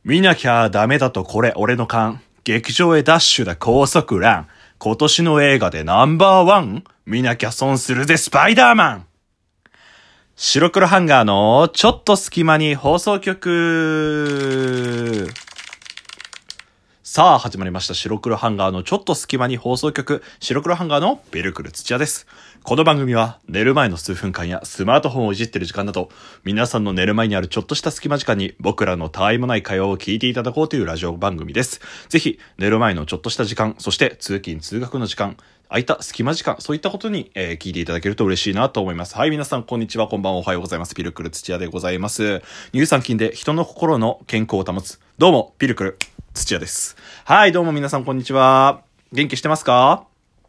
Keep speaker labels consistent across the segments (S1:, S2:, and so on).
S1: 見なきゃダメだとこれ俺の勘。劇場へダッシュだ高速ラン。今年の映画でナンバーワン。見なきゃ損するぜスパイダーマン。白黒ハンガーのちょっと隙間に放送局。さあ始まりました。白黒ハンガーのちょっと隙間に放送局。白黒ハンガーのピルクル土屋です。この番組は寝る前の数分間やスマートフォンをいじってる時間など、皆さんの寝る前にあるちょっとした隙間時間に僕らのたわいもない会話を聞いていただこうというラジオ番組です。ぜひ寝る前のちょっとした時間、そして通勤通学の時間、空いた隙間時間、そういったことに、聞いていただけると嬉しいなと思います。はい、皆さんこんにちは、こんばんは、おはようございます。ピルクル土屋でございます。乳酸菌で人の心の健康を保つ。どうもピルクル土屋です。はい、どうも皆さんこんにちは。元気してますか？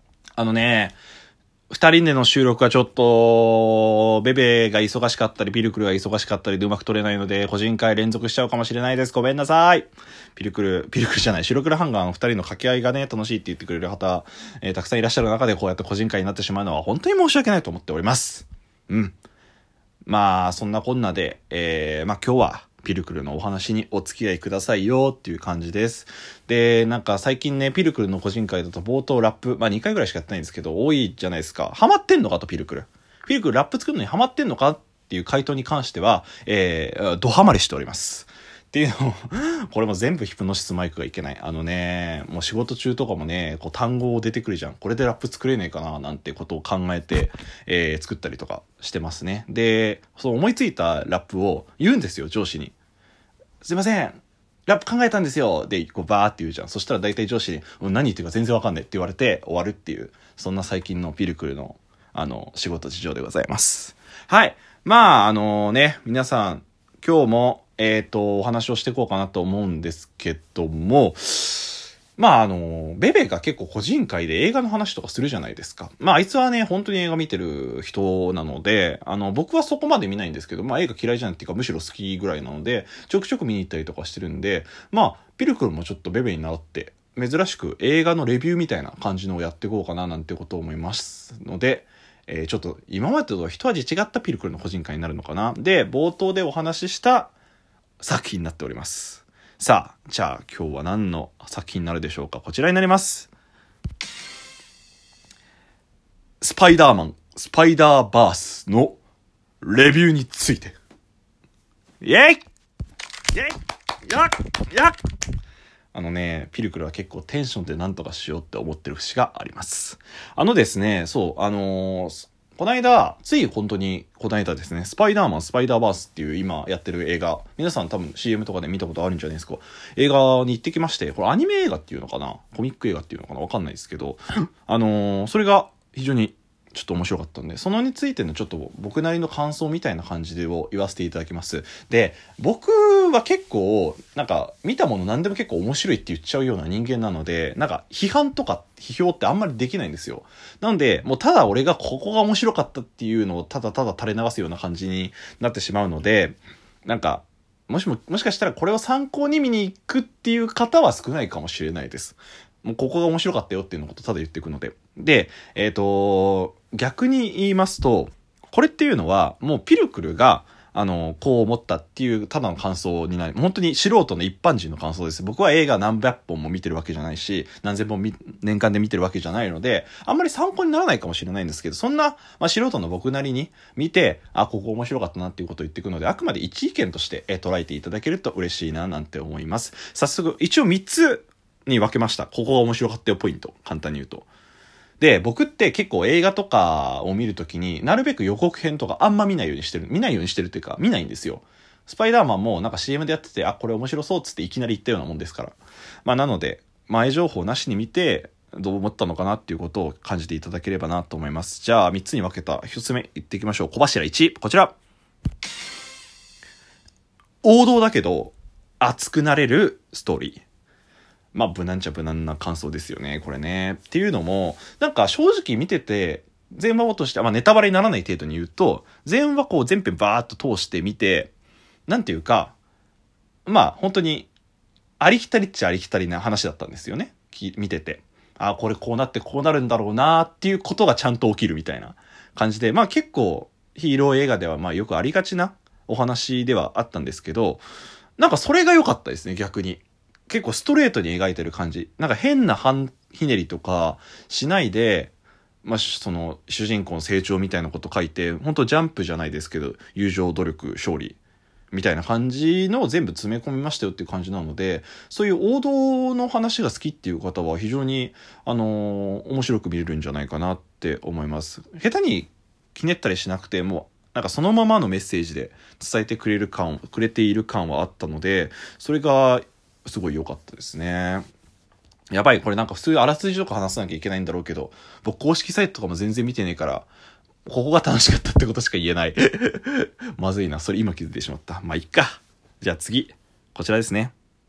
S1: 二人での収録はちょっと、ベベが忙しかったり、ピルクルが忙しかったりでうまく撮れないので、個人会連続しちゃうかもしれないです。ごめんなさい。ピルクルじゃない、白黒ハンガーの二人の掛け合いがね、楽しいって言ってくれる方、たくさんいらっしゃる中でこうやって個人会になってしまうのは本当に申し訳ないと思っております。まあ、そんなこんなで、今日は、ピルクルのお話にお付き合いくださいよっていう感じです。で、最近ね、ピルクルの個人会だと冒頭ラップ、2回ぐらいしかやってないんですけど、多いじゃないですか。ハマってんのかとピルクル。ピルクルラップ作るのにハマってんのかっていう回答に関しては、ドハマりしております。っていうのを、これも全部ヒプノシスマイクがいけない。もう仕事中とかもね、こう単語出てくるじゃん。これでラップ作れねえかななんてことを考えて、作ったりとかしてますね。で、そう思いついたラップを言うんですよ、上司に。すいません。ラップ考えたんですよ。で、こうバーって言うじゃん。そしたら大体上司に、何言ってるか全然わかんないって言われて終わるっていう、そんな最近のピルクルの、仕事事情でございます。はい。皆さん、今日も、お話をしていこうかなと思うんですけども、ベベが結構個人会で映画の話とかするじゃないですか。あいつはね、本当に映画見てる人なので、僕はそこまで見ないんですけど、映画嫌いじゃないっていうか、むしろ好きぐらいなので、ちょくちょく見に行ったりとかしてるんで、ピルクルもちょっとベベに習って、珍しく映画のレビューみたいな感じのをやっていこうかななんてことを思いますので、ちょっと今までと一味違ったピルクルの個人会になるのかな。で、冒頭でお話しした作品になっております。さあ、じゃあ今日は何の作品になるでしょうか。こちらになります。スパイダーマン、スパイダーバースのレビューについて。イェイイェイやっピルクルは結構テンションでなんとかしようって思ってる節があります。ですね、そう、こないだですね、スパイダーマン、スパイダーバースっていう今やってる映画、皆さん多分 CM とかで見たことあるんじゃないですか。映画に行ってきまして、これアニメ映画っていうのかな、コミック映画っていうのかな、わかんないですけど、それが非常にちょっと面白かったんで、そのについてのちょっと僕なりの感想みたいな感じでを言わせていただきます。で、僕は結構、見たもの何でも結構面白いって言っちゃうような人間なので、批判とか批評ってあんまりできないんですよ。なので、もうただ俺がここが面白かったっていうのをただただ垂れ流すような感じになってしまうので、もしかしたらこれを参考に見に行くっていう方は少ないかもしれないです。もうここが面白かったよっていうのことただ言っていくので。で、逆に言いますと、これっていうのは、もうピルクルが、こう思ったっていうただの感想になり、本当に素人の一般人の感想です。僕は映画何百本も見てるわけじゃないし、何千本年間で見てるわけじゃないので、あんまり参考にならないかもしれないんですけど、そんな、素人の僕なりに見て、ここ面白かったなっていうことを言っていくので、あくまで一意見として、捉えていただけると嬉しいななんて思います。早速、一応3つに分けました。ここが面白かったよポイント。簡単に言うと。で、僕って結構映画とかを見るときになるべく予告編とかあんま見ないようにしてるっていうか見ないんですよ。スパイダーマンもCM でやってて、これ面白そうっつっていきなり言ったようなもんですから。なので、前情報なしに見て、どう思ったのかなっていうことを感じていただければなと思います。じゃあ3つに分けた1つ目いっていきましょう。小柱1、こちら。王道だけど熱くなれるストーリー。無難っちゃ無難な感想ですよね、これね。っていうのも、正直見てて、全話を通して、ネタバレにならない程度に言うと、全話全編バーっと通してみて、なんていうか、本当に、ありきたりっちゃありきたりな話だったんですよね。見てて。これこうなってこうなるんだろうなっていうことがちゃんと起きるみたいな感じで、結構、ヒーロー映画ではよくありがちなお話ではあったんですけど、 なんかそれが良かったですね、逆に。結構ストレートに描いてる感じ。なんか変なひねりとかしないで、まあ、その主人公の成長みたいなこと書いて、本当ジャンプじゃないですけど、友情、努力、勝利みたいな感じのを全部詰め込みましたよっていう感じなので、そういう王道の話が好きっていう方は非常に面白く見れるんじゃないかなって思います。下手にひねったりしなくても、なんかそのままのメッセージで伝えてくれている感はあったので、それがすごい良かったですね。やばい、これなんか普通あらすじとか話さなきゃいけないんだろうけど、僕公式サイトとかも全然見てねえから、ここが楽しかったってことしか言えない。まずいな、それ今気づいてしまった。まあいっか。じゃあ次、こちらですね。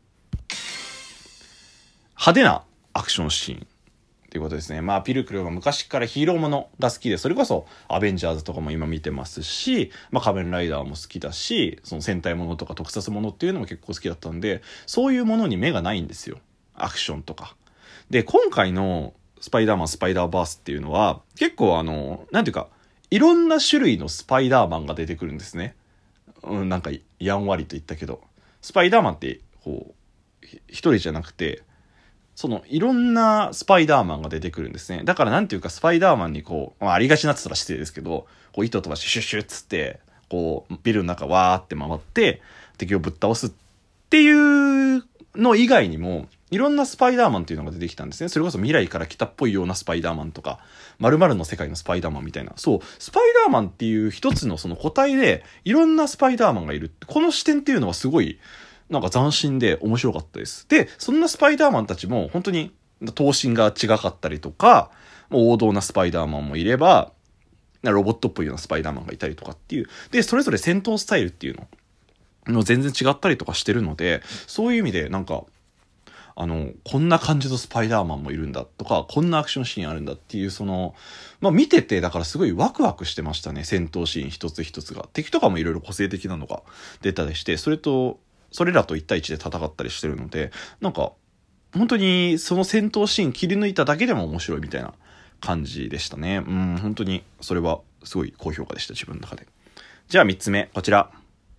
S1: 派手なアクションシーンということですね。まあピルクルは昔からヒーローものが好きで、それこそアベンジャーズとかも今見てますし、まあ仮面ライダーも好きだし、その戦隊ものとか特撮ものっていうのも結構好きだったんで、そういうものに目がないんですよ。アクションとか。で、今回のスパイダーマン、スパイダーバースっていうのは、結構なんていうか、いろんな種類のスパイダーマンが出てくるんですね。なんか、やんわりと言ったけど。スパイダーマンって、こう、一人じゃなくて、その、いろんなスパイダーマンが出てくるんですね。だからなんていうか、スパイダーマンにこう、まあ、ありがちなって言ったら失礼ですけど、こう、糸飛ばしてシュッシュッつって、こう、ビルの中わーって回って、敵をぶっ倒すっていうの以外にも、いろんなスパイダーマンっていうのが出てきたんですね。それこそ未来から来たっぽいようなスパイダーマンとか、〇〇の世界のスパイダーマンみたいな。そう、スパイダーマンっていう一つのその個体で、いろんなスパイダーマンがいる。この視点っていうのはすごい、なんか斬新で面白かったです。で、そんなスパイダーマンたちも本当に頭身が違かったりとか、もう王道なスパイダーマンもいれば、ロボットっぽいようなスパイダーマンがいたりとかっていう。で、それぞれ戦闘スタイルっていうの全然違ったりとかしてるので、そういう意味でなんか、こんな感じのスパイダーマンもいるんだとか、こんなアクションシーンあるんだっていう、まあ見てて、だからすごいワクワクしてましたね。戦闘シーン一つ一つが。敵とかもいろいろ個性的なのが出たりして、それらと1対1で戦ったりしてるので、なんか、本当にその戦闘シーン切り抜いただけでも面白いみたいな感じでしたね。本当に、それはすごい高評価でした、自分の中で。じゃあ3つ目、こちら。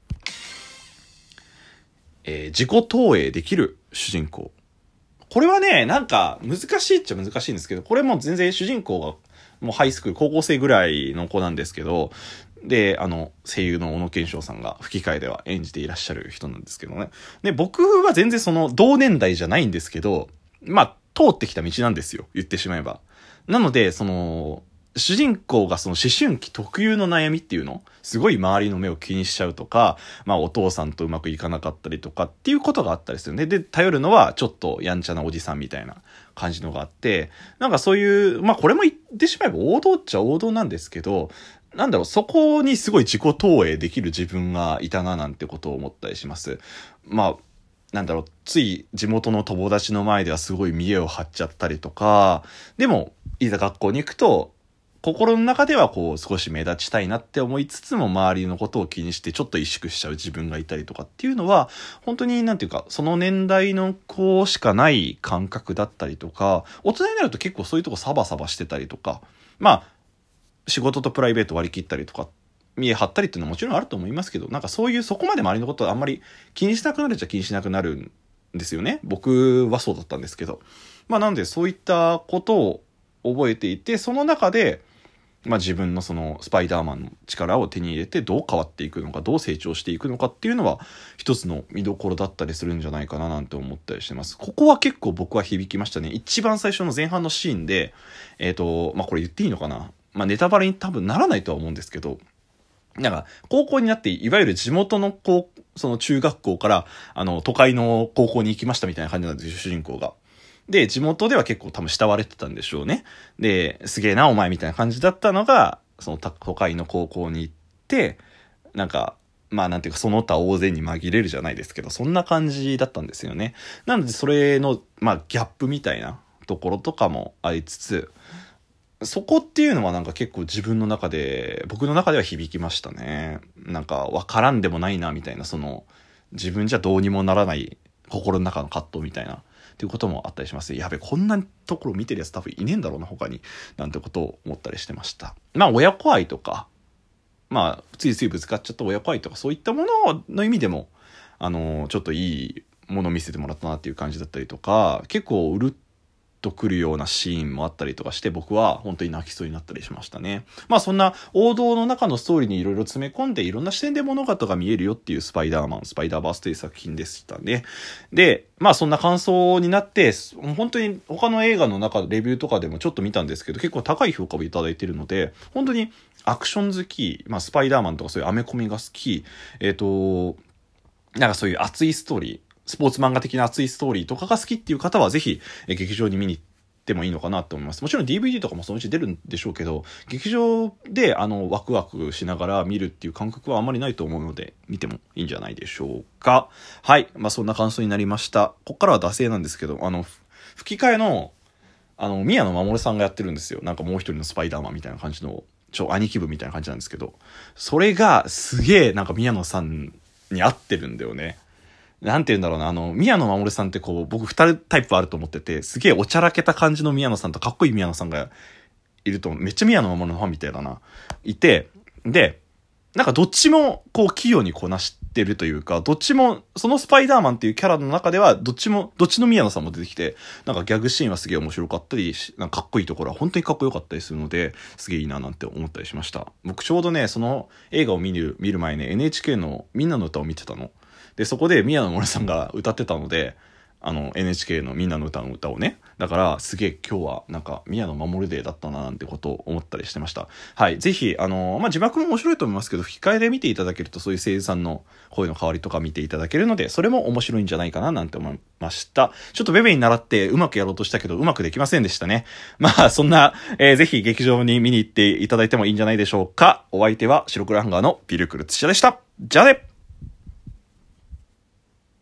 S1: 自己投影できる主人公。これはね、なんか難しいっちゃ難しいんですけど、これも全然主人公がもうハイスクール、高校生ぐらいの子なんですけど、で、声優の小野賢章さんが吹き替えでは演じていらっしゃる人なんですけどね。で、僕は全然その同年代じゃないんですけど、まあ、通ってきた道なんですよ。言ってしまえば。なので、主人公がその思春期特有の悩みっていうのすごい周りの目を気にしちゃうとか、まあお父さんとうまくいかなかったりとかっていうことがあったりするね。で、頼るのはちょっとやんちゃなおじさんみたいな感じのがあって、なんかそういう、まあこれも言ってしまえば王道っちゃ王道なんですけど、なんだろう、そこにすごい自己投影できる自分がいたななんてことを思ったりします。まあ、なんだろう、つい地元の友達の前ではすごい見栄を張っちゃったりとか、でも、いざ学校に行くと、心の中ではこう少し目立ちたいなって思いつつも周りのことを気にしてちょっと萎縮しちゃう自分がいたりとかっていうのは本当になんていうかその年代の子しかない感覚だったりとか、大人になると結構そういうとこサバサバしてたりとか、まあ仕事とプライベート割り切ったりとか見え張ったりっていうのはもちろんあると思いますけど、なんかそういうそこまで周りのことはあんまり気にしなくなるっちゃ気にしなくなるんですよね。僕はそうだったんですけど、まあなのでそういったことを覚えていて、その中でまあ自分のそのスパイダーマンの力を手に入れてどう変わっていくのか、どう成長していくのかっていうのは一つの見どころだったりするんじゃないかななんて思ったりしてます。ここは結構僕は響きましたね。一番最初の前半のシーンで、まあこれ言っていいのかな、まあネタバレに多分ならないとは思うんですけど、なんか高校になっていわゆる地元のその中学校から都会の高校に行きましたみたいな感じなんですよ、主人公が。で、地元では結構多分慕われてたんでしょうね。で、すげえなお前みたいな感じだったのが、その都会の高校に行って、なんか、まあなんていうかその他大勢に紛れるじゃないですけど、そんな感じだったんですよね。なのでそれの、まあギャップみたいなところとかもありつつ、そこっていうのはなんか結構僕の中では響きましたね。なんかわからんでもないなみたいな、自分じゃどうにもならない心の中の葛藤みたいな。っていうこともあったりします。やべ、こんなところ見てるやつ多分いねえんだろうな、他に。なんてことを思ったりしてました。まあ、親子愛とか、まあ、ついついぶつかっちゃった親子愛とか、そういったものの意味でも、 ちょっといいもの見せてもらったなっていう感じだったりとか、結構うるっとくるようなシーンもあったりとかして、僕は本当に泣きそうになったりしましたね。まあそんな王道の中のストーリーにいろいろ詰め込んでいろんな視点で物事が見えるよっていうスパイダーバースという作品でしたね。で、まあそんな感想になって、本当に他の映画の中、レビューとかでもちょっと見たんですけど、結構高い評価をいただいているので、本当にアクション好き、まあスパイダーマンとかそういうアメコミが好き、なんかそういう熱いストーリー、スポーツ漫画的な熱いストーリーとかが好きっていう方はぜひ劇場に見に行ってもいいのかなと思います。もちろん DVD とかもそのうち出るんでしょうけど、劇場でワクワクしながら見るっていう感覚はあんまりないと思うので、見てもいいんじゃないでしょうか。はい。まあそんな感想になりました。こっからは惰性なんですけど、吹き替えの、宮野真守さんがやってるんですよ。なんかもう一人のスパイダーマンみたいな感じの、兄貴分みたいな感じなんですけど、それがすげえなんか宮野さんに合ってるんだよね。なんて言うんだろうな、宮野真守さんってこう、僕二タイプあると思ってて、すげえおちゃらけた感じの宮野さんとかっこいい宮野さんがいると、めっちゃ宮野真守のファンみたいだな。いて、で、なんかどっちもこう器用にこなしてるというか、どっちも、そのスパイダーマンっていうキャラの中では、どっちの宮野さんも出てきて、なんかギャグシーンはすげえ面白かったり、なんかかっこいいところは本当にかっこよかったりするので、すげえいいななんて思ったりしました。僕ちょうどね、その映画を見る前ね、NHK のみんなの歌を見てたの。で、そこで宮野真守さんが歌ってたので、NHK のみんなの歌の歌をね。だから、すげえ今日はなんか宮野真守デーだったななんてことを思ったりしてました。はい。ぜひ、字幕も面白いと思いますけど、吹き替えで見ていただけると、そういう声優さんの声の変わりとか見ていただけるので、それも面白いんじゃないかななんて思いました。ちょっとベベに習ってうまくやろうとしたけど、うまくできませんでしたね。まあ、そんな、ぜひ劇場に見に行っていただいてもいいんじゃないでしょうか。お相手は白黒ハンガーのピルクル土屋でした。じゃあね。